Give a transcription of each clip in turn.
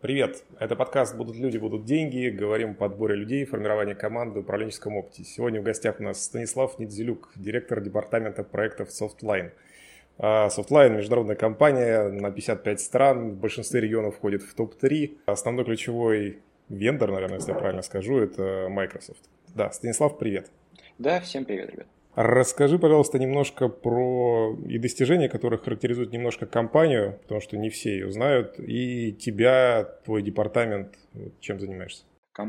Привет! Это подкаст «Будут люди, будут деньги». Говорим о подборе людей, формировании команды, управленческом опыте. Сегодня в гостях у нас Станислав Недзелюк, директор департамента проектов Softline. Softline – международная компания на 55 стран, в большинстве регионов входит в топ-3. Основной ключевой вендор, наверное, если я правильно скажу, это Microsoft. Да, Станислав, привет! Да, всем привет, ребят. Расскажи, пожалуйста, немножко про и достижения, которые характеризуют немножко компанию, потому что не все ее знают, и тебя, твой департамент, чем занимаешься?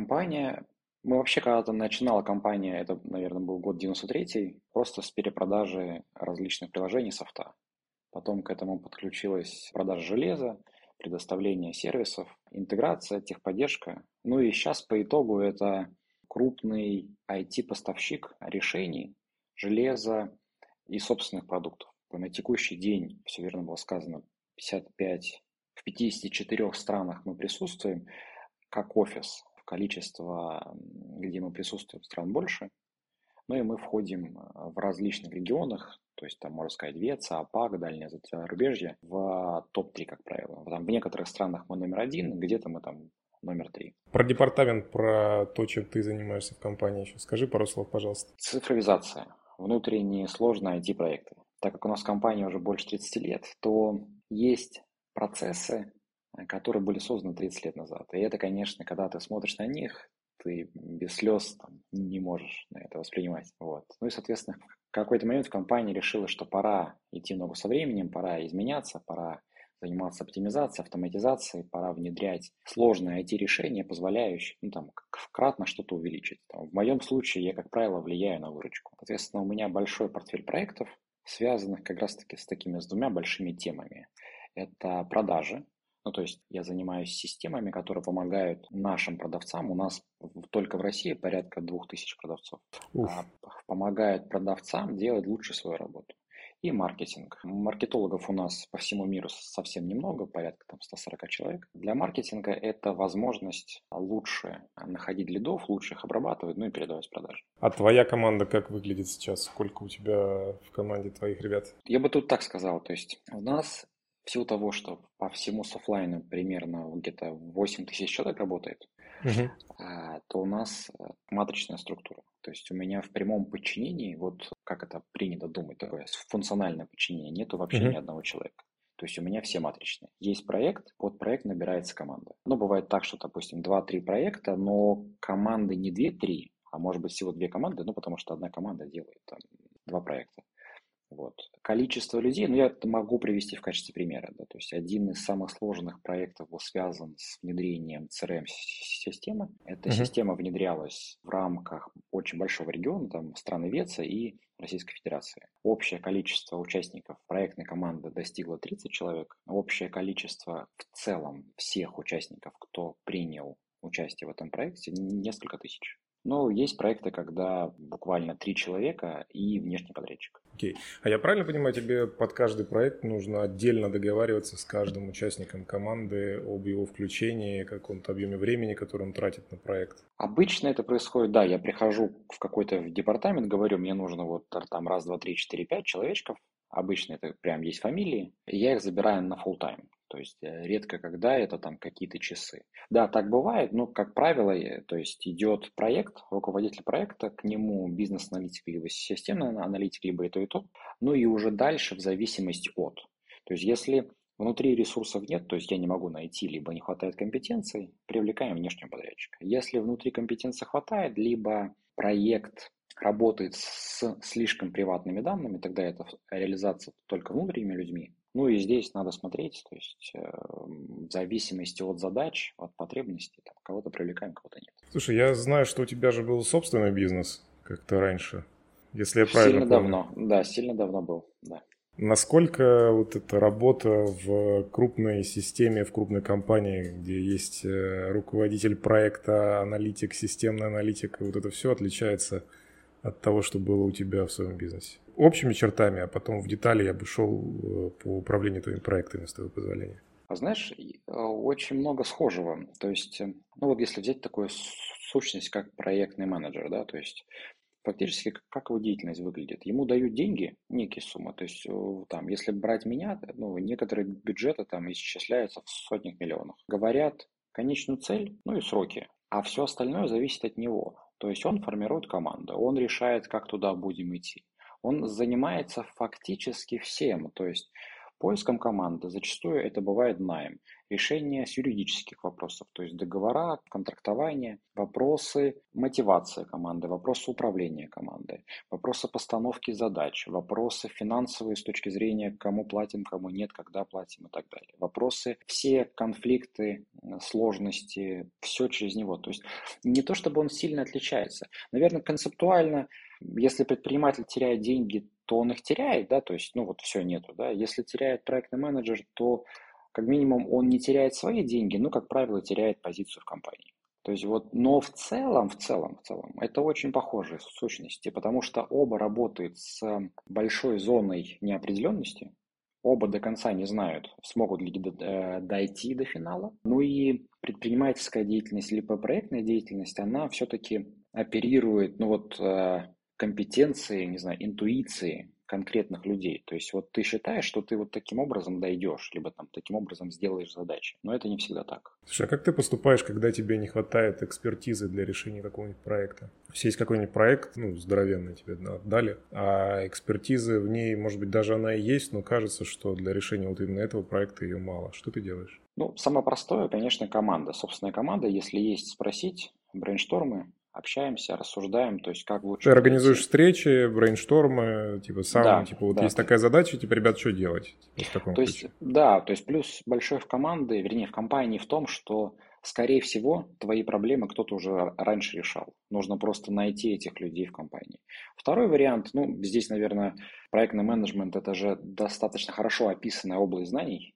Мы вообще когда-то начинала компания, это, наверное, был год 93-й, просто с перепродажи различных приложений софта. Потом к этому подключилась продажа железа, предоставление сервисов, интеграция, техподдержка. Ну и сейчас по итогу это крупный IT-поставщик решений, железа и собственных продуктов. На текущий день, все верно было сказано, 55, в 54 странах мы присутствуем, как офис. Количество, где мы присутствуем, стран больше. Ну и мы входим в различных регионах, то есть там, можно сказать, ВЕЦА, АПАК, дальнее зарубежье, в топ-3, как правило. Там в некоторых странах мы номер один, где-то мы там номер 3. Про департамент, про то, чем ты занимаешься в компании еще. Скажи пару слов, пожалуйста. Цифровизация. Внутренние сложные IT-проекты. Так как у нас компания уже больше 30 лет, то есть процессы, которые были созданы 30 лет назад. И это, конечно, когда ты смотришь на них, ты без слез там, не можешь это воспринимать. Вот. Ну и, соответственно, в какой-то момент компания решила, что пора идти ногу со временем, пора изменяться, пора заниматься оптимизацией, автоматизацией, пора внедрять сложные IT-решения, позволяющие кратно что-то увеличить. В моем случае я, как правило, влияю на выручку. Соответственно, у меня большой портфель проектов, связанных как раз-таки с двумя большими темами. Это продажи. Ну, то есть я занимаюсь системами, которые помогают нашим продавцам. У нас только в России порядка 2000 продавцов. Помогают продавцам делать лучше свою работу. И маркетинг. Маркетологов у нас по всему миру совсем немного, порядка 140 человек. Для маркетинга это возможность лучше находить лидов, лучше их обрабатывать, ну и передавать продажи. А твоя команда как выглядит сейчас? Сколько у тебя в команде твоих ребят? Я бы тут так сказал, то есть у нас в силу того, что по всему софтлайну примерно где-то 8 тысяч человек работает, то у нас матричная структура. То есть у меня в прямом подчинении, вот как это принято думать, такое функциональное подчинение, нету вообще ни одного человека. То есть у меня все матричные. Есть проект, под проект набирается команда. Но бывает так, что, допустим, 2-3 проекта, но команды не 2-3, а может быть всего 2 команды, ну потому что одна команда делает там 2 проекта. Вот. Количество людей, я это могу привести в качестве примера. Да, то есть один из самых сложных проектов был связан с внедрением CRM-системы. Эта система внедрялась в рамках очень большого региона, там страны ВЕЦА и Российской Федерации. Общее количество участников проектной команды достигло 30 человек. Общее количество в целом всех участников, кто принял участие в этом проекте, несколько тысяч. Но есть проекты, когда буквально 3 человека и внешний подрядчик. Окей. А я правильно понимаю, тебе под каждый проект нужно отдельно договариваться с каждым участником команды об его включении, каком-то объеме времени, который он тратит на проект? Обычно это происходит, да, я прихожу в какой-то департамент, говорю, мне нужно вот там раз, два, три, четыре, пять человечков. Обычно это прям есть фамилии, и я их забираю на full time. То есть редко когда это там какие-то часы. Да, так бывает, но, как правило, то есть идет проект, руководитель проекта, к нему бизнес-аналитик, либо системный аналитик, либо и то. Ну и уже дальше в зависимости от. То есть если внутри ресурсов нет, то есть я не могу найти, либо не хватает компетенций, привлекаем внешнего подрядчика. Если внутри компетенции хватает, либо проект работает с слишком приватными данными, тогда это реализация только внутренними людьми. Ну и здесь надо смотреть, то есть в зависимости от задач, от потребностей, там, кого-то привлекаем, кого-то нет. Слушай, я знаю, что у тебя же был собственный бизнес как-то раньше, если я правильно помню. Давно, да, сильно давно был, да. Насколько вот эта работа в крупной системе, в крупной компании, где есть руководитель проекта, аналитик, системный аналитик, вот это все отличается от того, что было у тебя в своем бизнесе? Общими чертами, а потом в детали я бы шел по управлению твоими проектами, с твоего позволения. А знаешь, очень много схожего. То есть, если взять такую сущность, как проектный менеджер, да, то есть фактически как его деятельность выглядит. Ему дают деньги, некие суммы. То есть там, если брать меня, некоторые бюджеты там исчисляются в сотнях миллионов. Говорят, конечную цель, ну и сроки. А все остальное зависит от него. То есть он формирует команду, он решает, как туда будем идти. Он занимается фактически всем, то есть поиском команды. Зачастую это бывает найм, решение с юридических вопросов, то есть договора, контрактование, вопросы мотивации команды, вопросы управления командой, вопросы постановки задач, вопросы финансовые с точки зрения, кому платим, кому нет, когда платим и так далее. Вопросы, все конфликты, сложности, все через него. То есть не то, чтобы он сильно отличается. Наверное, концептуально, если предприниматель теряет деньги, то он их теряет, да, то есть, ну вот все нету, да. Если теряет проектный менеджер, то как минимум он не теряет свои деньги, но, как правило, теряет позицию в компании. То есть вот, но в целом, это очень похожие сущности, потому что оба работают с большой зоной неопределенности, оба до конца не знают, смогут ли дойти до финала. Ну и предпринимательская деятельность либо проектная деятельность, она все-таки оперирует, ну вот, компетенции, не знаю, интуиции конкретных людей. То есть вот ты считаешь, что ты вот таким образом дойдешь, либо там таким образом сделаешь задачи. Но это не всегда так. Слушай, а как ты поступаешь, когда тебе не хватает экспертизы для решения какого-нибудь проекта? То есть есть какой-нибудь проект, ну, здоровенный тебе отдали, а экспертизы в ней, может быть, даже она и есть, но кажется, что для решения вот именно этого проекта ее мало. Что ты делаешь? Ну, самое простое, конечно, команда. Собственная команда, если есть спросить, брейнштормы, общаемся, рассуждаем, то есть как Ты лучше организуешь подойти. встречи, брейнштормы, типа сам, Да, типа вот да. есть такая задача, типа, ребят, что делать? Типа в таком То есть, ключе. да, то есть плюс большой в команды, вернее, в компании в том, что, скорее всего, твои проблемы кто-то уже раньше решал. Нужно просто найти этих людей в компании. Второй вариант, ну, здесь, наверное, проектный менеджмент – это же достаточно хорошо описанная область знаний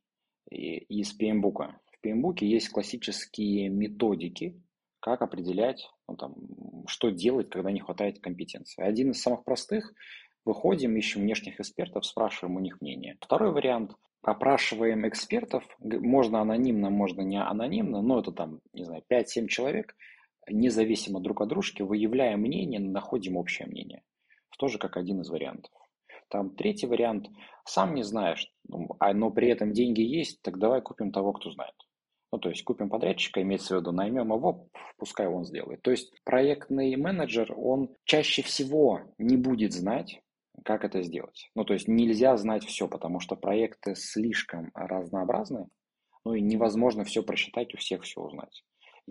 из PMBOK. В PMBOK есть классические методики, как определять, ну, там, что делать, когда не хватает компетенции. Один из самых простых – выходим, ищем внешних экспертов, спрашиваем у них мнение. Второй вариант – опрашиваем экспертов, можно анонимно, можно не анонимно, но это там, не знаю, 5-7 человек, независимо друг от дружки, выявляем мнение, находим общее мнение. Тоже как один из вариантов. Там третий вариант – сам не знаешь, но при этом деньги есть, так давай купим того, кто знает. Ну, то есть купим подрядчика, имеется в виду, наймем его, пускай он сделает. То есть проектный менеджер, он чаще всего не будет знать, как это сделать. Ну, то есть нельзя знать все, потому что проекты слишком разнообразны, ну и невозможно все просчитать, у всех все узнать.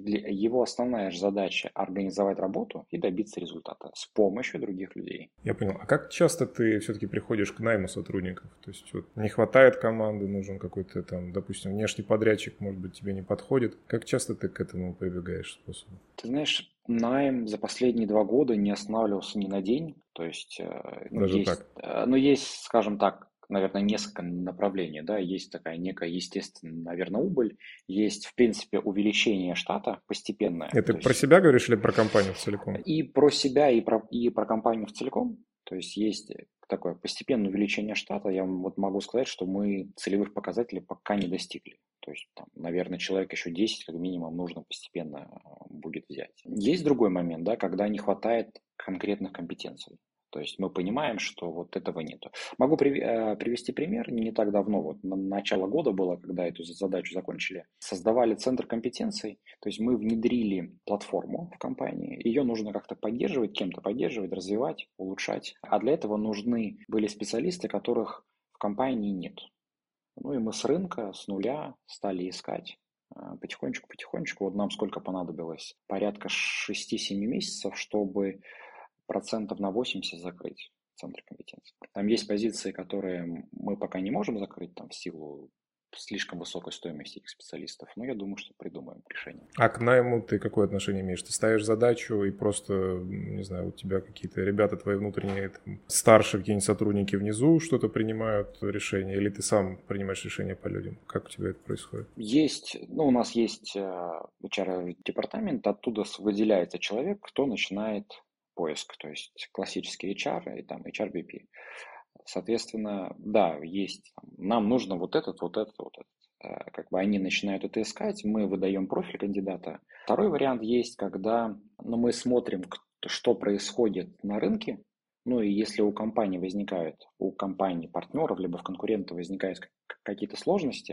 Его основная же задача – организовать работу и добиться результата с помощью других людей. Я понял. А как часто ты все-таки приходишь к найму сотрудников? То есть вот не хватает команды, нужен какой-то там, допустим, внешний подрядчик, может быть, тебе не подходит. Как часто ты к этому прибегаешь способу? Ты знаешь, найм за последние 2 года не останавливался ни на день. То есть, Даже так. ну, есть, скажем так, наверное, несколько направлений, да, есть такая некая естественная, наверное, убыль, есть, в принципе, увеличение штата постепенное, Это то про есть себя говоришь или про компанию целиком? и про себя, и про компанию в целиком, то есть есть такое постепенное увеличение штата, я вот могу сказать, что мы целевых показателей пока не достигли. То есть, там, наверное, человек еще 10 как минимум нужно постепенно будет взять. Есть другой момент, да, когда не хватает конкретных компетенций. То есть мы понимаем, что вот этого нету. Могу привести пример. Не так давно, вот на начало года было, когда эту задачу закончили, создавали центр компетенций. То есть мы внедрили платформу в компании. Ее нужно как-то поддерживать, кем-то поддерживать, развивать, улучшать. А для этого нужны были специалисты, которых в компании нет. Ну и мы с рынка, с нуля стали искать потихонечку. Вот нам сколько понадобилось? Порядка 6-7 месяцев, чтобы процентов на 80 закрыть центр компетенции. Там есть позиции, которые мы пока не можем закрыть там, в силу слишком высокой стоимости этих специалистов, но я думаю, что придумаем решение. А к найму ты какое отношение имеешь? Ты ставишь задачу и просто, не знаю, у тебя какие-то ребята твои внутренние, там, старшие какие-нибудь сотрудники внизу что-то принимают решение, или ты сам принимаешь решение по людям? Как у тебя это происходит? Есть, ну, у нас есть HR-департамент, оттуда выделяется человек, кто начинает поиск, то есть классический HR и там HR-BP. Соответственно, да, есть, нам нужно вот этот, вот этот, вот этот. Как бы они начинают это искать, мы выдаем профиль кандидата. Второй вариант есть, когда мы смотрим, что происходит на рынке, ну и если у компании возникают, у компаний партнеров, либо в конкурентов возникают какие-то сложности,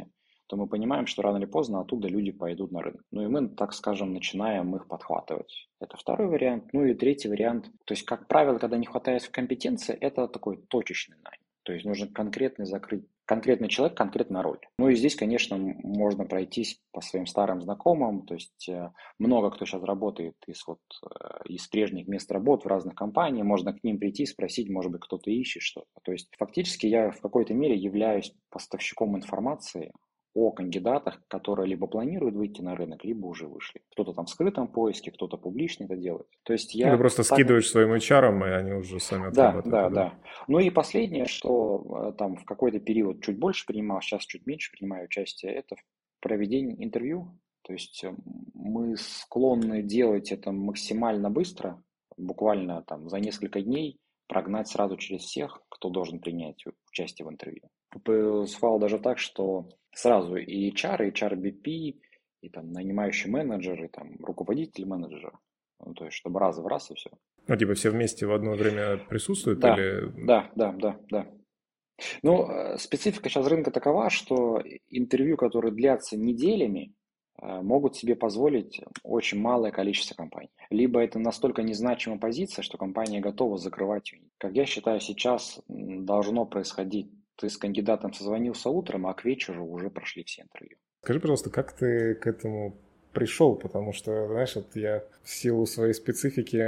то мы понимаем, что рано или поздно оттуда люди пойдут на рынок. Ну и мы, так скажем, начинаем их подхватывать. Это второй вариант. Ну и третий вариант. То есть, как правило, когда не хватает компетенции, это такой точечный найм. То есть нужно конкретный человек, конкретная роль. Ну и здесь, конечно, можно пройтись по своим старым знакомым. То есть много кто сейчас работает из прежних мест работ в разных компаниях. Можно к ним прийти, спросить, может быть, кто-то ищет что-то. То есть фактически я в какой-то мере являюсь поставщиком информации о кандидатах, которые либо планируют выйти на рынок, либо уже вышли. Кто-то там в скрытом поиске, кто-то публично это делает. То есть Ты я просто так... скидываешь своим HR, и они уже сами Да, отрабатывают, да, да? да. Ну и последнее, что там в какой-то период чуть больше принимал, сейчас чуть меньше принимаю участие, это проведение интервью. То есть мы склонны делать это максимально быстро, буквально там за несколько дней прогнать сразу через всех, кто должен принять участие в интервью. Бывало даже так, что сразу и HR, и HRBP, и там нанимающий менеджер, и там руководитель менеджера, ну, то есть чтобы раз в раз и все. Ну, типа все вместе в одно время присутствуют Да, или... да. Ну, специфика сейчас рынка такова, что интервью, которые длятся неделями, могут себе позволить очень малое количество компаний. Либо это настолько незначимая позиция, что компания готова закрывать ее. Как я считаю, сейчас должно происходить. Ты с кандидатом созвонился утром, а к вечеру уже прошли все интервью. Скажи, пожалуйста, как ты к этому пришел? Потому что, знаешь, вот я в силу своей специфики,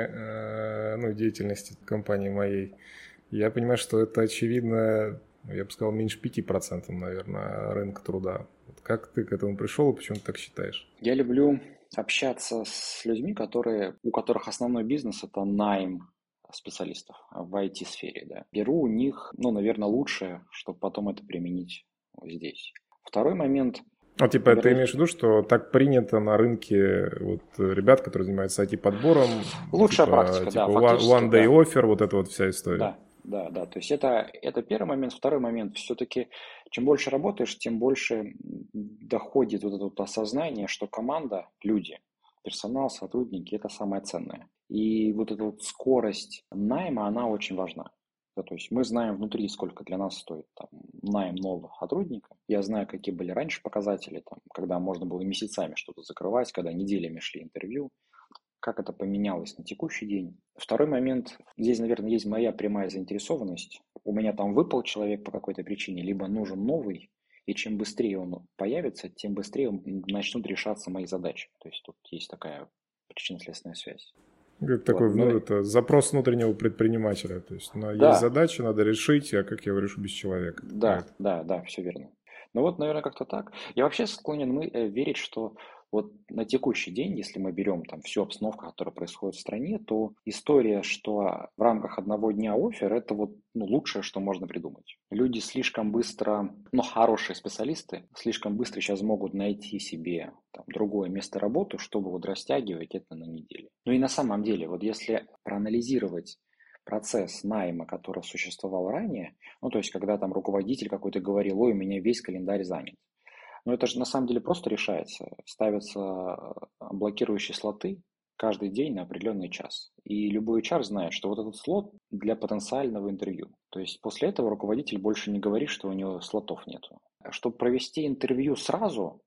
деятельности компании моей, я понимаю, что это очевидно, я бы сказал, меньше 5%, наверное, рынка труда. Вот как ты к этому пришел и почему ты так считаешь? Я люблю общаться с людьми, у которых основной бизнес – это найм специалистов в IT-сфере. Да. Беру у них, наверное, лучшее, чтобы потом это применить здесь. Второй момент. Типа, ты имеешь в виду, что так принято на рынке вот ребят, которые занимаются IT-подбором, лучшая практика, да, фактически, one day offer, вот эта вот вся история. Да. То есть это первый момент. Второй момент. Все-таки, чем больше работаешь, тем больше доходит вот это вот осознание, что команда, люди, персонал, сотрудники – это самое ценное. И вот эта вот скорость найма, она очень важна. Да, то есть мы знаем внутри, сколько для нас стоит там, найм нового сотрудника. Я знаю, какие были раньше показатели, там, когда можно было месяцами что-то закрывать, когда неделями шли интервью. Как это поменялось на текущий день. Второй момент. Здесь, наверное, есть моя прямая заинтересованность. У меня там выпал человек по какой-то причине, либо нужен новый, и чем быстрее он появится, тем быстрее начнут решаться мои задачи. То есть тут есть такая причинно-следственная связь. Как такой, это запрос внутреннего предпринимателя. То есть есть задача, надо решить, а как я его решу без человека? Да, все верно. Ну вот, наверное, как-то так. Я вообще склонен верить, что вот на текущий день, если мы берем там всю обстановку, которая происходит в стране, то история, что в рамках одного дня оффер, это вот лучшее, что можно придумать. Люди слишком быстро, хорошие специалисты, слишком быстро сейчас могут найти себе там, другое место работы, чтобы вот растягивать это на неделю. Ну и на самом деле, вот если проанализировать процесс найма, который существовал ранее, то есть когда там руководитель какой-то говорил, ой, у меня весь календарь занят. Но это же на самом деле просто решается. Ставятся блокирующие слоты каждый день на определенный час. И любой HR знает, что вот этот слот для потенциального интервью. То есть после этого руководитель больше не говорит, что у него слотов нету. Чтобы провести интервью сразу,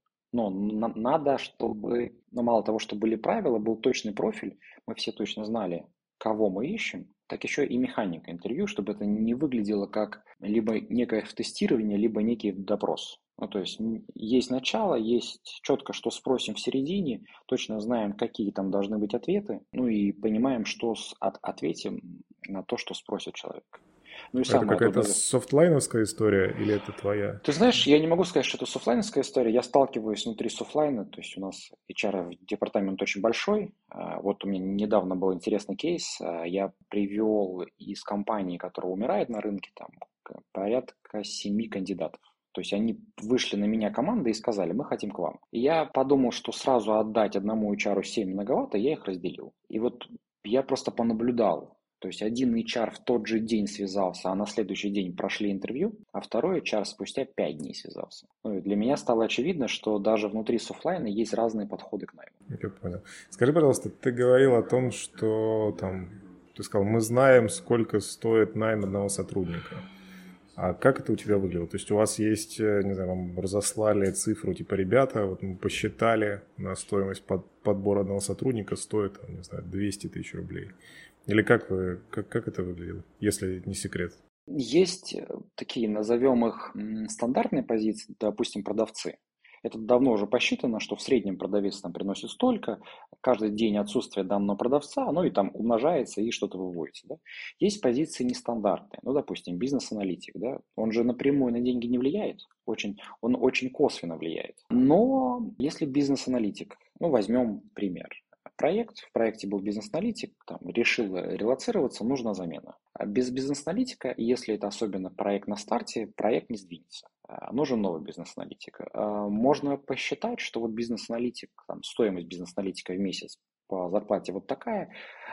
надо, чтобы, мало того, что были правила, был точный профиль, мы все точно знали, кого мы ищем, так еще и механика интервью, чтобы это не выглядело как либо некое тестирование, либо некий допрос. То есть есть начало, есть четко, что спросим в середине, точно знаем, какие там должны быть ответы, и понимаем, что ответим на то, что спросит человек. Это какая-то софтлайновская история или это твоя? Ты знаешь, я не могу сказать, что это софтлайновская история. Я сталкиваюсь внутри софтлайна, то есть у нас HR-департамент очень большой. Вот у меня недавно был интересный кейс. Я привел из компании, которая умирает на рынке, там порядка 7 кандидатов. То есть они вышли на меня командой и сказали, мы хотим к вам. И я подумал, что сразу отдать одному HR 7 многовато, я их разделил. И вот я просто понаблюдал. То есть один HR в тот же день связался, а на следующий день прошли интервью, а второй HR спустя 5 дней связался. И для меня стало очевидно, что даже внутри софтлайна есть разные подходы к найму. Я понял. Скажи, пожалуйста, ты говорил о том, что ты сказал, мы знаем, сколько стоит найм одного сотрудника. А как это у тебя выглядело? То есть у вас есть, не знаю, вам разослали цифру, типа, ребята, вот мы посчитали, на стоимость подбора одного сотрудника стоит, там, не знаю, 200 тысяч рублей. Или как это выглядело, если не секрет? Есть такие, назовем их стандартные позиции, допустим, продавцы. Это давно уже посчитано, что в среднем продавец там приносит столько, каждый день отсутствия данного продавца, оно и там умножается и что-то выводится. Да? Есть позиции нестандартные, ну, допустим, бизнес-аналитик, да? Он же напрямую на деньги не влияет, он очень косвенно влияет. Но если бизнес-аналитик, ну, возьмем пример. В проекте был бизнес-аналитик, там, решил релоцироваться, нужна замена. А без бизнес-аналитика, если это особенно проект на старте, проект не сдвинется. Нужен новый бизнес-аналитик. Можно посчитать, что вот бизнес-аналитик, там, стоимость бизнес-аналитика в месяц по зарплате вот такая.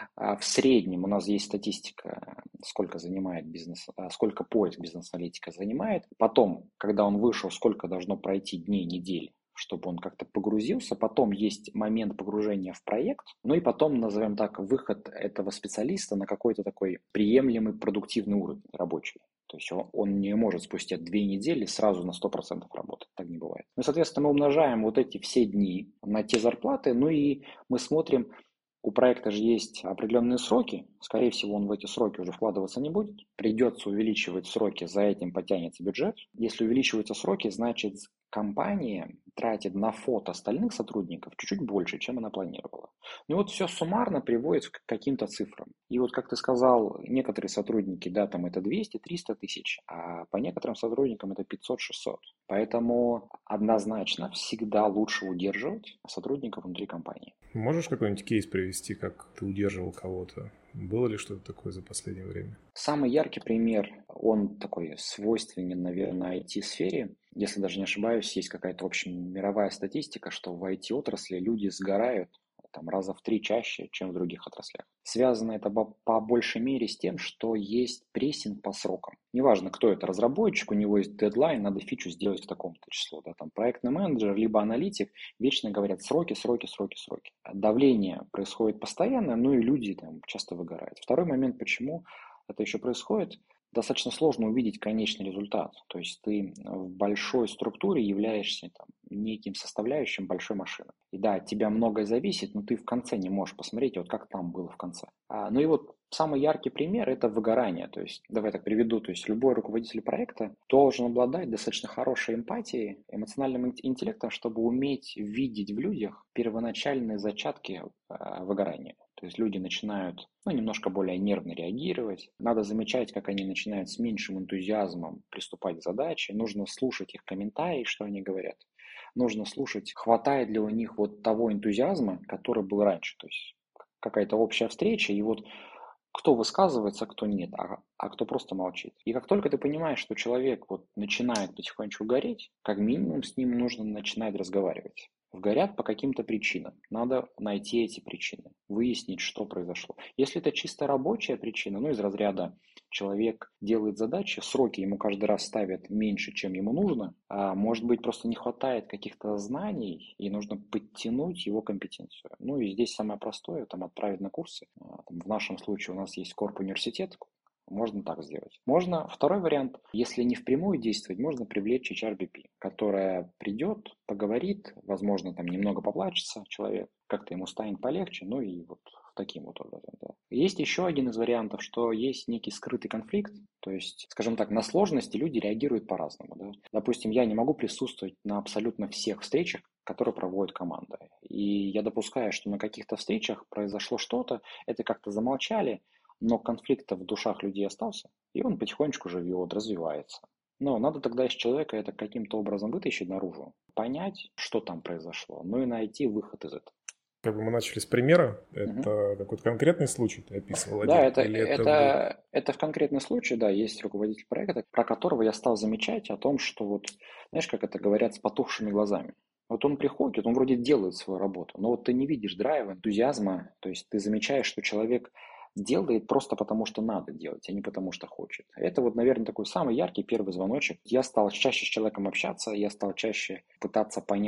В среднем у нас есть статистика, сколько занимает сколько поиск бизнес-аналитика занимает. Потом, когда он вышел, сколько должно пройти дней, недель, чтобы он как-то погрузился. Потом есть момент погружения в проект. Ну и потом, назовем так, выход этого специалиста на какой-то такой приемлемый продуктивный уровень рабочий. То есть он не может спустя 2 недели сразу на 100% работать. Так не бывает. Ну, соответственно, мы умножаем вот эти все дни на те зарплаты. Ну и мы смотрим, у проекта же есть определенные сроки. Скорее всего, он в эти сроки уже вкладываться не будет. Придется увеличивать сроки, за этим потянется бюджет. Если увеличиваются сроки, значит, компания тратит на фото остальных сотрудников чуть-чуть больше, чем она планировала. Ну и вот все суммарно приводит к каким-то цифрам. И вот, как ты сказал, некоторые сотрудники, да, там это 200-300 тысяч, а по некоторым сотрудникам это 500-600. Поэтому однозначно всегда лучше удерживать сотрудников внутри компании. Можешь какой-нибудь кейс привести, как ты удерживал кого-то? Было ли что-то такое за последнее время? Самый яркий пример, он такой свойственен, наверное, IT-сфере. Если даже не ошибаюсь, есть какая-то общемировая статистика, что в IT-отрасли люди сгорают там, раза в 3 чаще, чем в других отраслях. Связано это по большей мере с тем, что есть прессинг по срокам. Неважно, кто это, разработчик, у него есть дедлайн, надо фичу сделать к такому-то числу. Да, там, проектный менеджер, либо аналитик вечно говорят сроки, сроки, сроки, сроки. Давление происходит постоянно, ну и люди там часто выгорают. Второй момент, почему это еще происходит, достаточно сложно увидеть конечный результат. То есть ты в большой структуре являешься там, неким составляющим большой машины. И да, от тебя многое зависит, но ты в конце не можешь посмотреть, вот как там было в конце. Ну и вот самый яркий пример – это выгорание. То есть, давай так приведу, то есть любой руководитель проекта должен обладать достаточно хорошей эмпатией, эмоциональным интеллектом, чтобы уметь видеть в людях первоначальные зачатки выгорания. То есть люди начинают немножко более нервно реагировать. Надо замечать, как они начинают с меньшим энтузиазмом приступать к задаче. Нужно слушать их комментарии, что они говорят. Нужно слушать, хватает ли у них вот того энтузиазма, который был раньше. То есть какая-то общая встреча, и вот кто высказывается, кто нет, а кто просто молчит. И как только ты понимаешь, что человек вот начинает потихонечку гореть, как минимум с ним нужно начинать разговаривать. Горят по каким-то причинам. Надо найти эти причины, выяснить, что произошло. Если это чисто рабочая причина, из разряда человек делает задачи, сроки ему каждый раз ставят меньше, чем ему нужно, а может быть просто не хватает каких-то знаний и нужно подтянуть его компетенцию. И здесь самое простое, там отправить на курсы. В нашем случае у нас есть Корп-университет, можно так сделать. Можно, второй вариант, если не впрямую действовать, можно привлечь HRBP, которая придет, поговорит, возможно, там немного поплачется человек, как-то ему станет полегче, и вот таким вот образом. Да. Есть еще один из вариантов, что есть некий скрытый конфликт, то есть, скажем так, на сложности люди реагируют по-разному. Да. Допустим, я не могу присутствовать на абсолютно всех встречах, которые проводит команда. И я допускаю, что на каких-то встречах произошло что-то, это как-то замолчали, но конфликт в душах людей остался, и он потихонечку живет, развивается. Но надо тогда из человека это каким-то образом вытащить наружу, понять, что там произошло, и найти выход из этого. Как бы мы начали с примера, Угу. это какой-то конкретный случай ты описывал Да, один, или это был... это в конкретный случай, да, есть руководитель проекта, про которого я стал замечать о том, что вот, знаешь, как это говорят, с потухшими глазами. Вот он приходит, он вроде делает свою работу, но вот ты не видишь драйва, энтузиазма, то есть ты замечаешь, что человек делает просто потому, что надо делать, а не потому, что хочет. Это вот, наверное, такой самый яркий первый звоночек. Я стал чаще с человеком общаться, я стал чаще пытаться понять, вот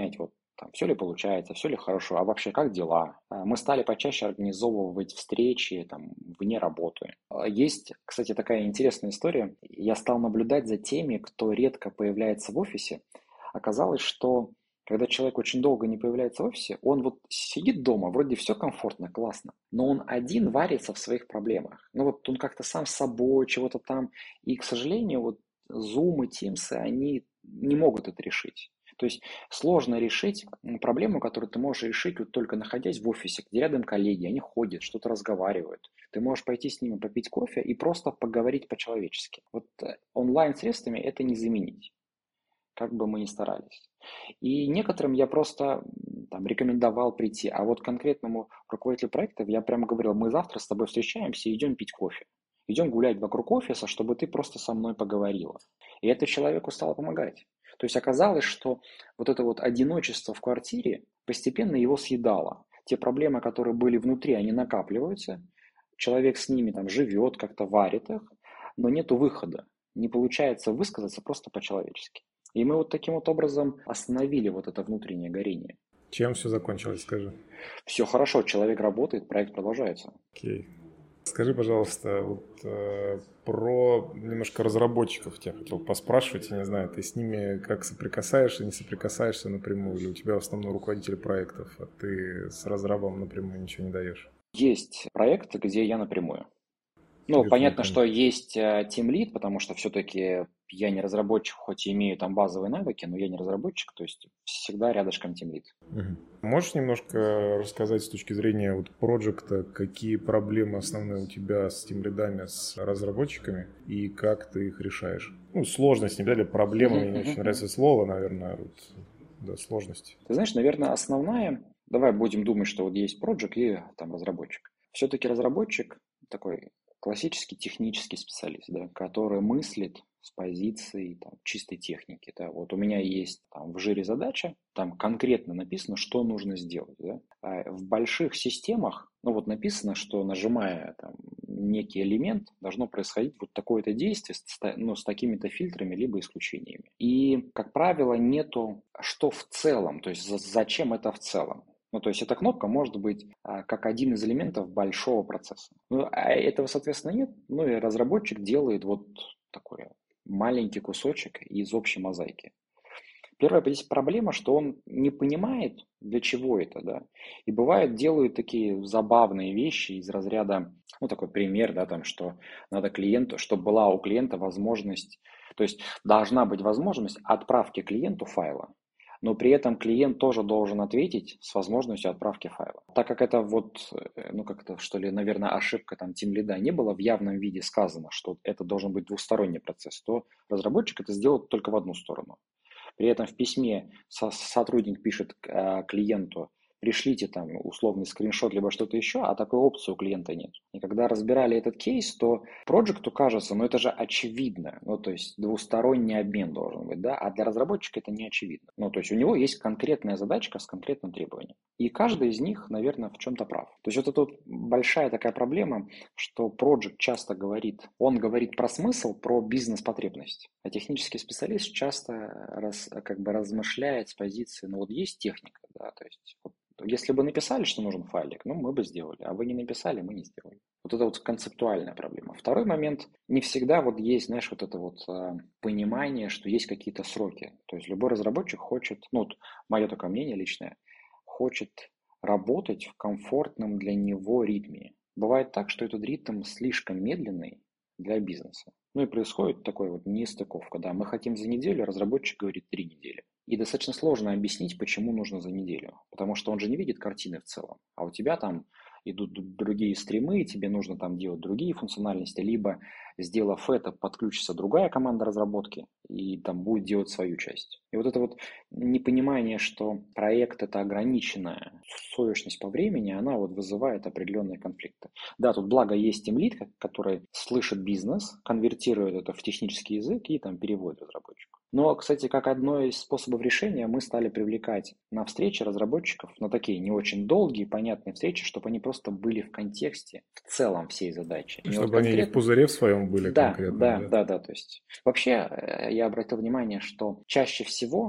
там, все ли получается, все ли хорошо, а вообще как дела. Мы стали почаще организовывать встречи там, вне работы. Есть, кстати, такая интересная история. Я стал наблюдать за теми, кто редко появляется в офисе. Оказалось, что когда человек очень долго не появляется в офисе, он вот сидит дома, вроде все комфортно, классно, но он один варится в своих проблемах. Ну вот он как-то сам с собой, чего-то там. И, к сожалению, вот Zoom и Teams, они не могут это решить. То есть сложно решить проблему, которую ты можешь решить вот только находясь в офисе, где рядом коллеги, они ходят, что-то разговаривают. Ты можешь пойти с ними попить кофе и просто поговорить по-человечески. Вот онлайн-средствами это не заменить, как бы мы ни старались. И некоторым я просто там, рекомендовал прийти, а вот конкретному руководителю проектов я прямо говорил, мы завтра с тобой встречаемся и идем пить кофе. Идем гулять вокруг офиса, чтобы ты просто со мной поговорила. И это человеку стало помогать. То есть оказалось, что вот это вот одиночество в квартире постепенно его съедало. Те проблемы, которые были внутри, они накапливаются. Человек с ними там живет, как-то варит их, но нету выхода. Не получается высказаться просто по-человечески. И мы вот таким вот образом остановили вот это внутреннее горение. Чем все закончилось, скажи? Все хорошо, человек работает, проект продолжается. Окей. Скажи, пожалуйста, вот, про немножко разработчиков тебя хотел поспрашивать. Я не знаю, ты с ними как соприкасаешься, не соприкасаешься напрямую, или у тебя в основном руководитель проектов, а ты с разрабом напрямую ничего не даешь? Есть проекты, где я напрямую. Ну, понятно, что есть тимлид, потому что все-таки я не разработчик, хоть и имею там базовые навыки, но я не разработчик, то есть всегда рядышком тимлид. Можешь немножко рассказать с точки зрения вот проекта, какие проблемы основные у тебя с тимлидами, с разработчиками, и как ты их решаешь? Ну, сложность, не обязательно проблемы, мне не очень нравится слово, наверное, вот, да, сложность. Ты знаешь, наверное, основная, давай будем думать, что вот есть проект и там разработчик. Все-таки разработчик такой классический технический специалист, да, который мыслит с позиции там, чистой техники. Да. Вот у меня есть там, в жире задача, там конкретно написано, что нужно сделать. Да. А в больших системах, ну вот написано, что нажимая там, некий элемент, должно происходить вот такое-то действие с такими-то фильтрами либо исключениями. И, как правило, нету что в целом, то есть зачем это в целом. Ну, то есть эта кнопка может быть как один из элементов большого процесса. Ну, а этого, соответственно, нет. Ну, и разработчик делает вот такой маленький кусочек из общей мозаики. Первая здесь проблема, что он не понимает, для чего это, да. И бывает, делают такие забавные вещи из разряда, ну, такой пример, да, там, что надо клиенту, чтобы была у клиента возможность, то есть должна быть возможность отправки клиенту файла. Но при этом клиент тоже должен ответить с возможностью отправки файла. Так как это вот, ну как-то что ли, наверное, ошибка там тимлида не было в явном виде сказано, что это должен быть двусторонний процесс, то разработчик это сделает только в одну сторону. При этом в письме сотрудник пишет клиенту, пришлите там условный скриншот, либо что-то еще, а такой опции у клиента нет. И когда разбирали этот кейс, то проекту кажется, ну это же очевидно, ну то есть двусторонний обмен должен быть, да, а для разработчика это не очевидно. Ну то есть у него есть конкретная задачка с конкретным требованием. И каждый из них, наверное, в чем-то прав. То есть вот это вот большая такая проблема, что проект часто говорит, он говорит про смысл, про бизнес-потребность, а технический специалист часто размышляет с позиции, ну вот есть техника, да, то есть вот, если бы написали, что нужен файлик, ну, мы бы сделали, а вы не написали, мы не сделали. Вот это вот концептуальная проблема. Второй момент, не всегда вот есть, знаешь, вот это вот понимание, что есть какие-то сроки. То есть любой разработчик хочет, ну, вот мое такое мнение личное, хочет работать в комфортном для него ритме. Бывает так, что этот ритм слишком медленный для бизнеса. Ну и происходит такой вот нестыковка. Да, мы хотим за неделю, разработчик говорит 3 недели. И достаточно сложно объяснить, почему нужно за неделю. Потому что он же не видит картины в целом. А у тебя там идут другие стримы, тебе нужно там делать другие функциональности, либо, сделав это, подключится другая команда разработки и там будет делать свою часть. И вот это вот непонимание, что проект это ограниченная срочность по времени, она вот вызывает определенные конфликты. Да, тут благо есть тимлид, который слышит бизнес, конвертирует это в технический язык и там переводит разработчику. Но, кстати, как одно из способов решения, мы стали привлекать на встречи разработчиков, на такие не очень долгие, понятные встречи, чтобы они просто были в контексте, в целом всей задачи. Чтобы вот они не в пузыре в своем были да, конкретно. Да. То есть вообще я обратил внимание, что чаще всего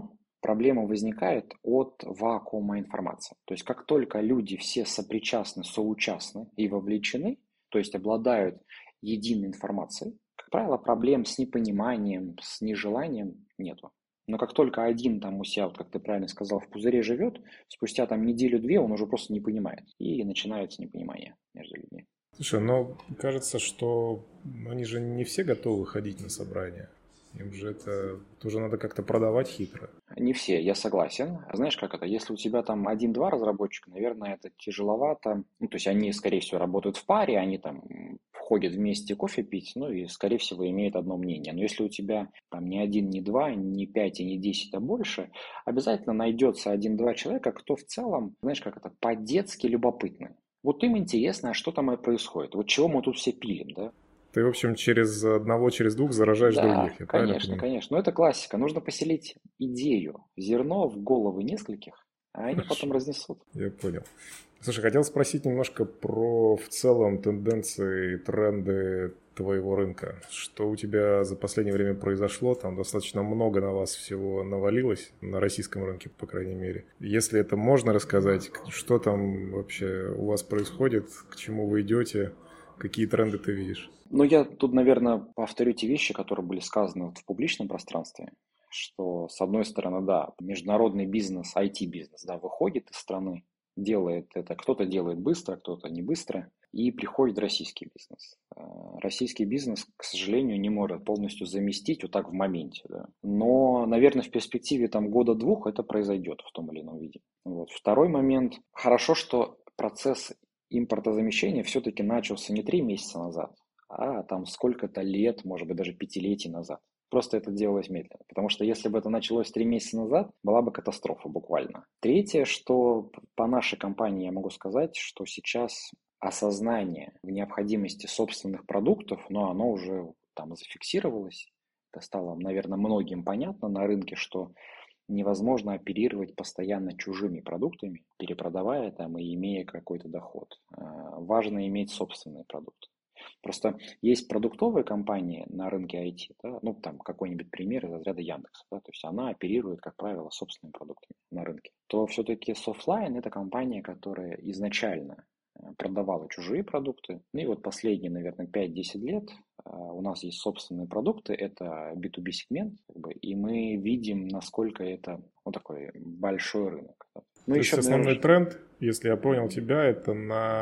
проблема возникает от вакуума информации. То есть как только люди все сопричастны, соучастны и вовлечены, то есть обладают единой информацией, как правило, проблем с непониманием, с нежеланием нету. Но как только один там у себя, вот как ты правильно сказал, в пузыре живет, спустя там неделю-две он уже просто не понимает. И начинается непонимание между людьми. Слушай, но кажется, что они же не все готовы ходить на собрания. Им же это тоже надо как-то продавать хитро. Не все, я согласен. Знаешь, как это? Если у тебя там один-два разработчика, наверное, это тяжеловато. Ну, то есть они, скорее всего, работают в паре, они там входят вместе кофе пить, ну и, скорее всего, имеют одно мнение. Но если у тебя там не один, не два, не пять и не 10, а больше, обязательно найдется один-два человека, кто в целом, знаешь, как это, по-детски любопытны. Вот им интересно, а что там происходит. Вот чего мы тут все пилим, да? Ты, в общем, через одного, через двух заражаешь Да, других, я правильно конечно, понимаю? конечно. Но это классика. Нужно поселить идею, зерно в головы нескольких, а они Хорошо, потом разнесут. я понял. Слушай, хотел спросить немножко про в целом тенденции и тренды твоего рынка. Что у тебя за последнее время произошло? Там достаточно много на вас всего навалилось, на российском рынке, по крайней мере. Если это можно рассказать, что там вообще у вас происходит, к чему вы идете, какие тренды ты видишь? Но я тут, наверное, повторю те вещи, которые были сказаны вот в публичном пространстве, что, с одной стороны, да, международный бизнес, IT-бизнес, да, выходит из страны, делает это, кто-то делает быстро, кто-то не быстро, и приходит российский бизнес. Российский бизнес, к сожалению, не может полностью заместить вот так в моменте, да. Но, наверное, в перспективе там года-двух это произойдет в том или ином виде. Вот. Второй момент. Хорошо, что процесс импортозамещения все-таки начался не 3 месяца назад, а там сколько-то лет, может быть, даже пятилетий назад. Просто это делалось медленно. Потому что если бы это началось 3 месяца назад, была бы катастрофа буквально. Третье, что по нашей компании я могу сказать, что сейчас осознание в необходимости собственных продуктов, но оно уже там зафиксировалось. Это стало, наверное, многим понятно на рынке, что невозможно оперировать постоянно чужими продуктами, перепродавая там и имея какой-то доход. Важно иметь собственные продукты. Просто есть продуктовые компании на рынке IT, да, ну там какой-нибудь пример из разряда Яндекса, да, то есть она оперирует, как правило, собственными продуктами на рынке. То все-таки Softline это компания, которая изначально продавала чужие продукты. Ну и вот последние, наверное, 5-10 лет у нас есть собственные продукты, это B2B сегмент, как бы, и мы видим, насколько это вот такой большой рынок. Ну, То еще, есть наверное, основной тренд, если я понял тебя, это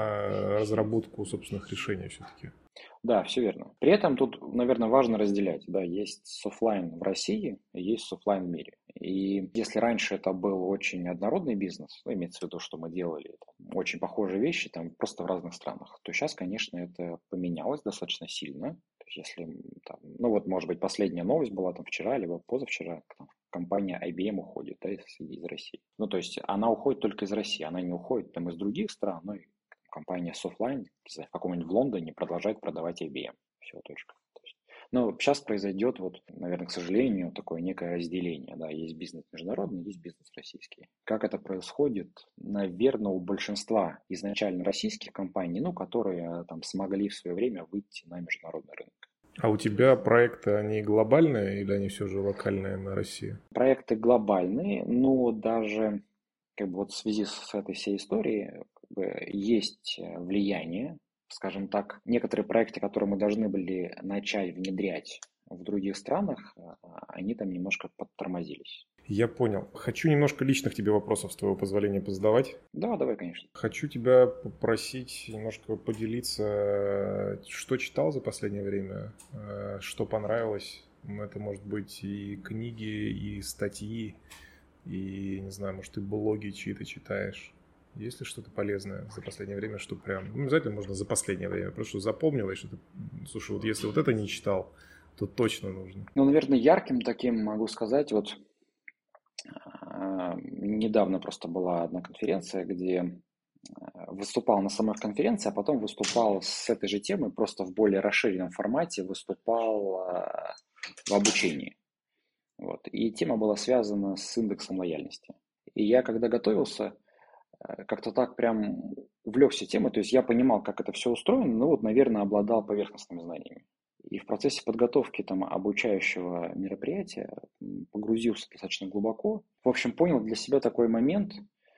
на разработку собственных решений все-таки. да, все верно. При этом тут, наверное, важно разделять. Да, есть софтлайн в России, и есть софтлайн в мире. И если раньше это был очень однородный бизнес, ну, имеется в виду, что мы делали там, очень похожие вещи там, просто в разных странах, то сейчас, конечно, это поменялось достаточно сильно. То есть если, там, ну вот, может быть, последняя новость была там вчера, либо позавчера, там, компания IBM уходит, да, из России. Ну, то есть она уходит только из России, она не уходит там из других стран, ну, и компания Softline, не знаю, в каком-нибудь в Лондоне продолжает продавать IBM. Все, точка. Но сейчас произойдет, вот, наверное, к сожалению, такое некое разделение. Да, есть бизнес международный, есть бизнес российский. Как это происходит? Наверное, у большинства изначально российских компаний, ну, которые там смогли в свое время выйти на международный рынок. А у тебя проекты, они глобальные или они все же локальные на России? Проекты глобальные, но даже как бы вот в связи с этой всей историей как бы, есть влияние, скажем так, некоторые проекты, которые мы должны были начать внедрять в других странах, они там немножко подтормозились. Я понял. Хочу немножко личных тебе вопросов, с твоего позволения, позадавать. Да, давай, конечно. Хочу тебя попросить немножко поделиться, что читал за последнее время, что понравилось. Это может быть и книги, и статьи, и, не знаю, может, и блоги чьи-то читаешь. Есть ли что-то полезное за последнее время, что прям... Ну, обязательно можно за последнее время, просто что запомнилось, что ты... Слушай, вот если вот это не читал, то точно нужно. Ну, наверное, ярким таким могу сказать, вот недавно просто была одна конференция, где выступал на самой конференции, а потом выступал с этой же темой, просто в более расширенном формате, выступал в обучении. Вот. И тема была связана с индексом лояльности. И я, когда готовился, как-то так прям увлекся темой, то есть я понимал, как это все устроено, но вот, наверное, обладал поверхностными знаниями. И в процессе подготовки там, обучающего мероприятия погрузился достаточно глубоко в общем, понял для себя такой момент,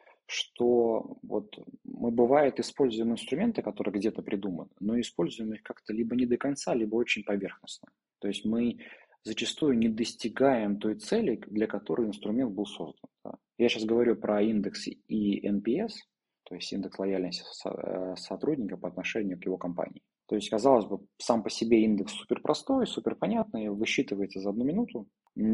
что вот мы, бывает, используем инструменты, которые где-то придуманы, но используем их как-то либо не до конца, либо очень поверхностно. То есть мы зачастую не достигаем той цели, для которой инструмент был создан. Да. Я сейчас говорю про индекс и NPS, то есть индекс лояльности сотрудника по отношению к его компании. То есть, казалось бы, сам по себе индекс супер простой, супер понятный, высчитывается за 1 минуту,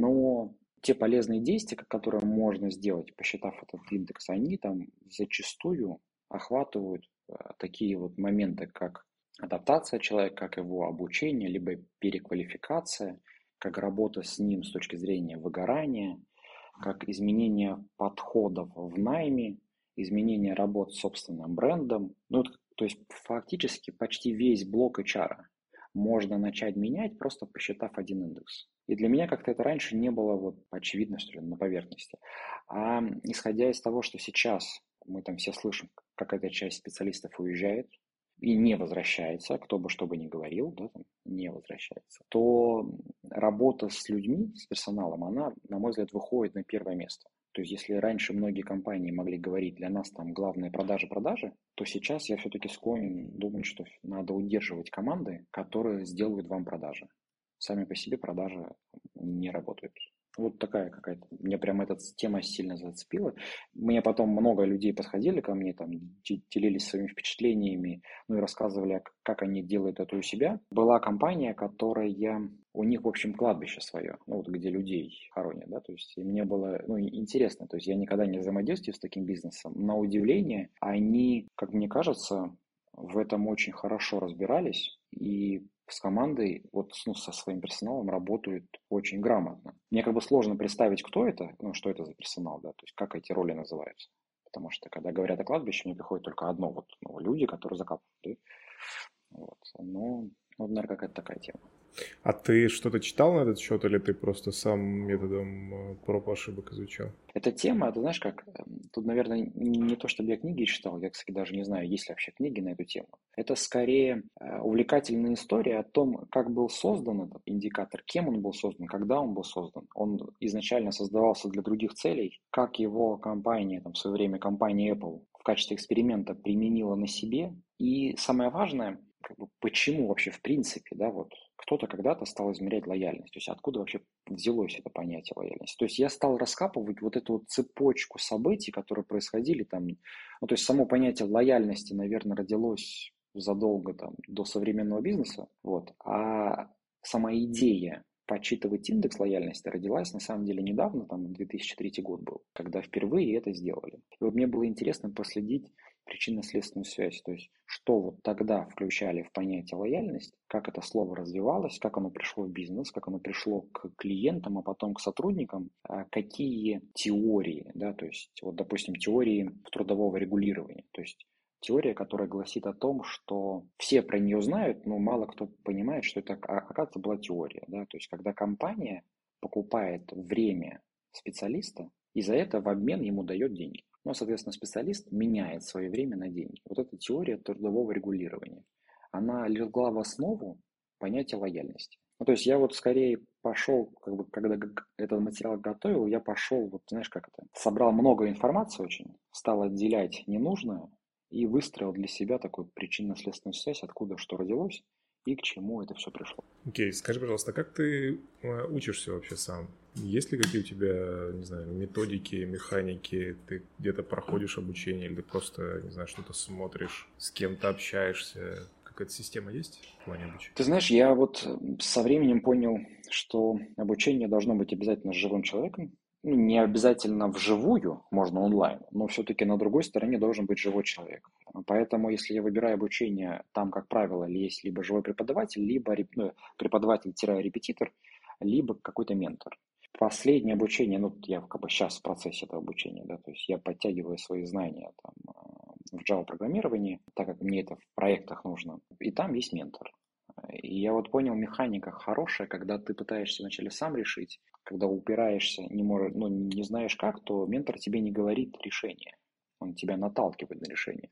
но те полезные действия, которые можно сделать, посчитав этот индекс, они там зачастую охватывают такие вот моменты, как адаптация человека, как его обучение, либо переквалификация, как работа с ним с точки зрения выгорания, как изменение подходов в найме, изменение работ с собственным брендом. Ну, то есть фактически почти весь блок HR можно начать менять, просто посчитав один индекс. И для меня как-то это раньше не было вот очевидно, что ли, на поверхности. А исходя из того, что сейчас мы там все слышим, какая-то часть специалистов уезжает и не возвращается, кто бы что бы ни говорил, да, там, не возвращается, то работа с людьми, с персоналом, она, на мой взгляд, выходит на первое место. То есть, если раньше многие компании могли говорить, для нас там главное продажи, то сейчас я все-таки склонен думать, что надо удерживать команды, которые сделают вам продажи. Сами по себе продажи не работают. Вот такая какая-то. Мне прям эта тема сильно зацепила. Мне потом много людей подходили ко мне, там, делились своими впечатлениями, ну и рассказывали, как они делают это у себя. Была компания, которая... У них, в общем, кладбище свое, ну, вот где людей хоронят, да, то есть и мне было, ну, интересно, то есть я никогда не взаимодействую с таким бизнесом. На удивление, они, как мне кажется, в этом очень хорошо разбирались и с командой, вот, ну, со своим персоналом работают очень грамотно. Мне как бы сложно представить, кто это, ну, что это за персонал, да, то есть как эти роли называются. Потому что, когда говорят о кладбище, мне приходит только одно, вот, ну, люди, которые закапывают, да? Вот. Ну, наверное, какая-то такая тема. А ты что-то читал на этот счет, или ты просто сам методом проб и ошибок изучал? Эта тема, ты знаешь как, тут, наверное, не то, чтобы я книги читал, я, кстати, даже не знаю, есть ли вообще книги на эту тему. Это скорее увлекательная история о том, как был создан этот индикатор, кем он был создан, когда он был создан. Он изначально создавался для других целей, как его компания, там, в свое время компания Apple в качестве эксперимента применила на себе. И самое важное, как бы, почему вообще в принципе, да, вот кто-то когда-то стал измерять лояльность, то есть откуда вообще взялось это понятие лояльности. То есть я стал раскапывать вот эту вот цепочку событий, которые происходили там, ну то есть само понятие лояльности, наверное, родилось задолго там до современного бизнеса, вот, а сама идея подсчитывать индекс лояльности родилась на самом деле недавно, там 2003 год был, когда впервые это сделали. И вот мне было интересно последить причинно-следственную связь, то есть что вот тогда включали в понятие лояльность, как это слово развивалось, как оно пришло в бизнес, как оно пришло к клиентам, а потом к сотрудникам, какие теории, да, то есть вот, допустим, теории трудового регулирования, то есть теория, которая гласит о том, что все про нее знают, но мало кто понимает, что это, оказывается, была теория, да, то есть когда компания покупает время специалиста и за это в обмен ему дает деньги. Ну, соответственно, специалист меняет свое время на деньги. Вот эта теория трудового регулирования, она легла в основу понятия лояльности. Ну, то есть я вот скорее пошел, как бы, когда этот материал готовил, я пошел, вот знаешь, как это, собрал много информации очень, стал отделять ненужное и выстроил для себя такую причинно-следственную связь, откуда что родилось и к чему это все пришло. Окей, скажи, пожалуйста, как ты учишься вообще сам? Есть ли какие у тебя, не знаю, методики, механики? Ты где-то проходишь обучение или ты просто, не знаю, что-то смотришь, с кем-то общаешься? Какая-то система есть в плане обучения? Ты знаешь, я вот со временем понял, что обучение должно быть обязательно с живым человеком. Ну, не обязательно вживую, можно онлайн, но все-таки на другой стороне должен быть живой человек. Поэтому, если я выбираю обучение, там, как правило, есть либо живой преподаватель, либо преподаватель-репетитор, либо какой-то ментор. Последнее обучение, ну, я как бы сейчас в процессе этого обучения, да, то есть я подтягиваю свои знания там, в Java программировании, так как мне это в проектах нужно, и там есть ментор. И я вот понял, механика хорошая, когда ты пытаешься вначале сам решить, когда упираешься, не можешь, ну, не знаешь как, то ментор тебе не говорит решение, он тебя наталкивает на решение.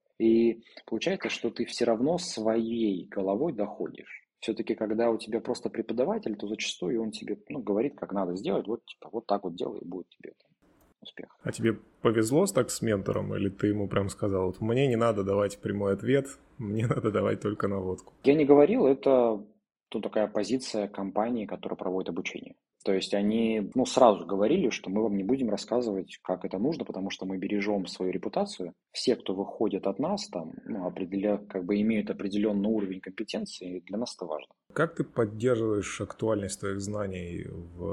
И получается, что ты все равно своей головой доходишь. Все-таки, когда у тебя просто преподаватель, то зачастую он тебе, ну, говорит, как надо сделать, вот, типа, вот так вот делай, и будет тебе успех. А тебе повезло так с ментором, или ты ему прям сказал, вот мне не надо давать прямой ответ, мне надо давать только наводку? Я не говорил, это такая позиция компании, которая проводит обучение. То есть они сразу говорили, что мы вам не будем рассказывать, как это нужно, потому что мы бережем свою репутацию. Все, кто выходит от нас, имеют определенный уровень компетенции, и для нас это важно. Как ты поддерживаешь актуальность твоих знаний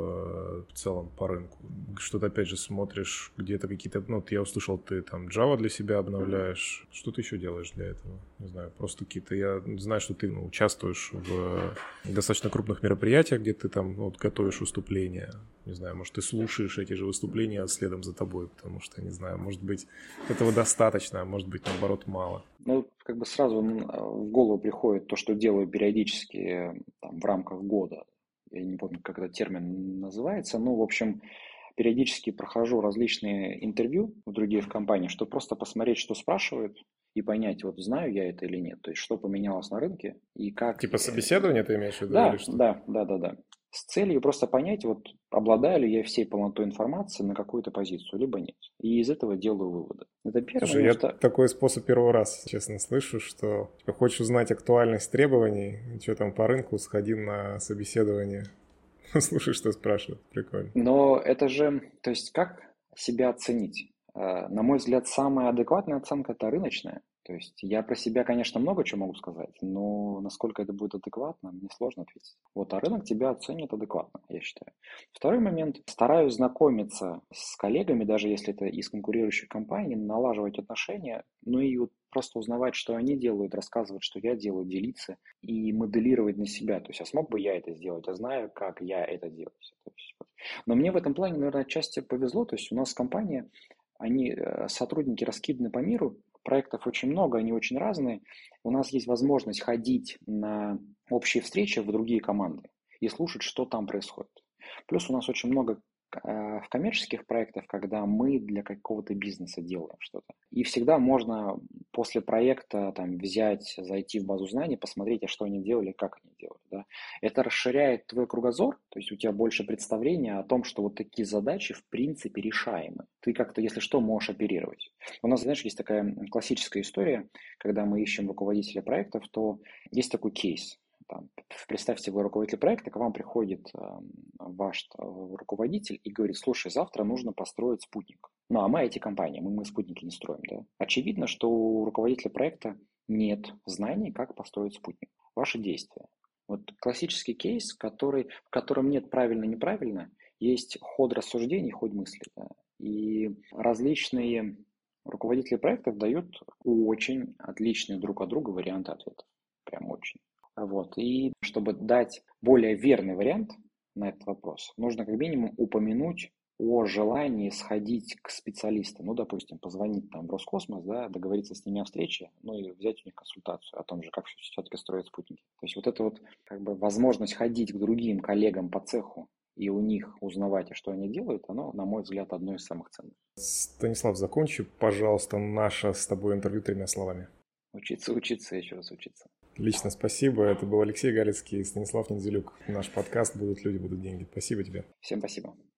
в целом по рынку? Что-то, опять же, смотришь, где-то какие-то... я услышал, ты там Java для себя обновляешь. Что ты еще делаешь для этого? Не знаю, просто какие-то... Я знаю, что ты участвуешь в достаточно крупных мероприятиях, где ты там готовишь выступления. Не знаю, может, ты слушаешь эти же выступления следом за тобой, потому что, не знаю, может быть, этого достаточно, а может быть, наоборот, мало. Сразу в голову приходит то, что делаю периодически в рамках года. Я не помню, как этот термин называется. В общем, периодически прохожу различные интервью в других компаниях, чтобы просто посмотреть, что спрашивают, и понять, знаю я это или нет. То есть, что поменялось на рынке и как... Типа собеседование ты имеешь в виду? Да, или что? да. С целью просто понять, обладаю ли я всей полнотой информации на какую-то позицию, либо нет. И из этого делаю выводы. Это первое. Слушай, я такой способ первый раз, честно, слышу, что хочешь узнать актуальность требований, что там по рынку, сходи на собеседование. Слушай, что спрашивают. Прикольно. Но это же, то есть как себя оценить? На мой взгляд, самая адекватная оценка – это рыночная. То есть я про себя, конечно, много чего могу сказать, но насколько это будет адекватно, мне сложно ответить. А рынок тебя оценит адекватно, я считаю. Второй момент. Стараюсь знакомиться с коллегами, даже если это из конкурирующих компаний, налаживать отношения, и просто узнавать, что они делают, рассказывать, что я делаю, делиться и моделировать на себя. То есть, а смог бы я это сделать? Я знаю, как я это делаю. Но мне в этом плане, наверное, отчасти повезло. То есть у нас компания, сотрудники раскиданы по миру, проектов очень много, они очень разные. У нас есть возможность ходить на общие встречи в другие команды и слушать, что там происходит. Плюс у нас очень много в коммерческих проектах, когда мы для какого-то бизнеса делаем что-то. И всегда можно после проекта взять, зайти в базу знаний, посмотреть, а что они делали, как они делали. Да? Это расширяет твой кругозор, то есть у тебя больше представления о том, что такие задачи в принципе решаемы. Ты как-то, если что, можешь оперировать. У нас, знаешь, есть такая классическая история, когда мы ищем руководителя проектов, то есть такой кейс. Представьте, вы руководитель проекта, к вам приходит ваш руководитель и говорит: слушай, завтра нужно построить спутник. А мы IT-компания, мы спутники не строим. Да? Очевидно, что у руководителя проекта нет знаний, как построить спутник. Ваши действия. Классический кейс, в котором нет правильно-неправильно, есть ход рассуждений, ход мысли. Да? И различные руководители проектов дают очень отличные друг от друга варианты ответов. Прям очень. И чтобы дать более верный вариант на этот вопрос, нужно как минимум упомянуть о желании сходить к специалистам. Допустим, позвонить в Роскосмос, да, договориться с ними о встрече, и взять у них консультацию о том же, как все-таки строят спутники. То есть это возможность ходить к другим коллегам по цеху и у них узнавать, что они делают, оно, на мой взгляд, одно из самых ценных. Станислав, закончи, пожалуйста, наше с тобой интервью 3 словами. Учиться, еще раз учиться. Лично спасибо. Это был Алексей Галицкий и Станислав Недзелюк. Наш подкаст «Будут люди, будут деньги». Спасибо тебе. Всем спасибо.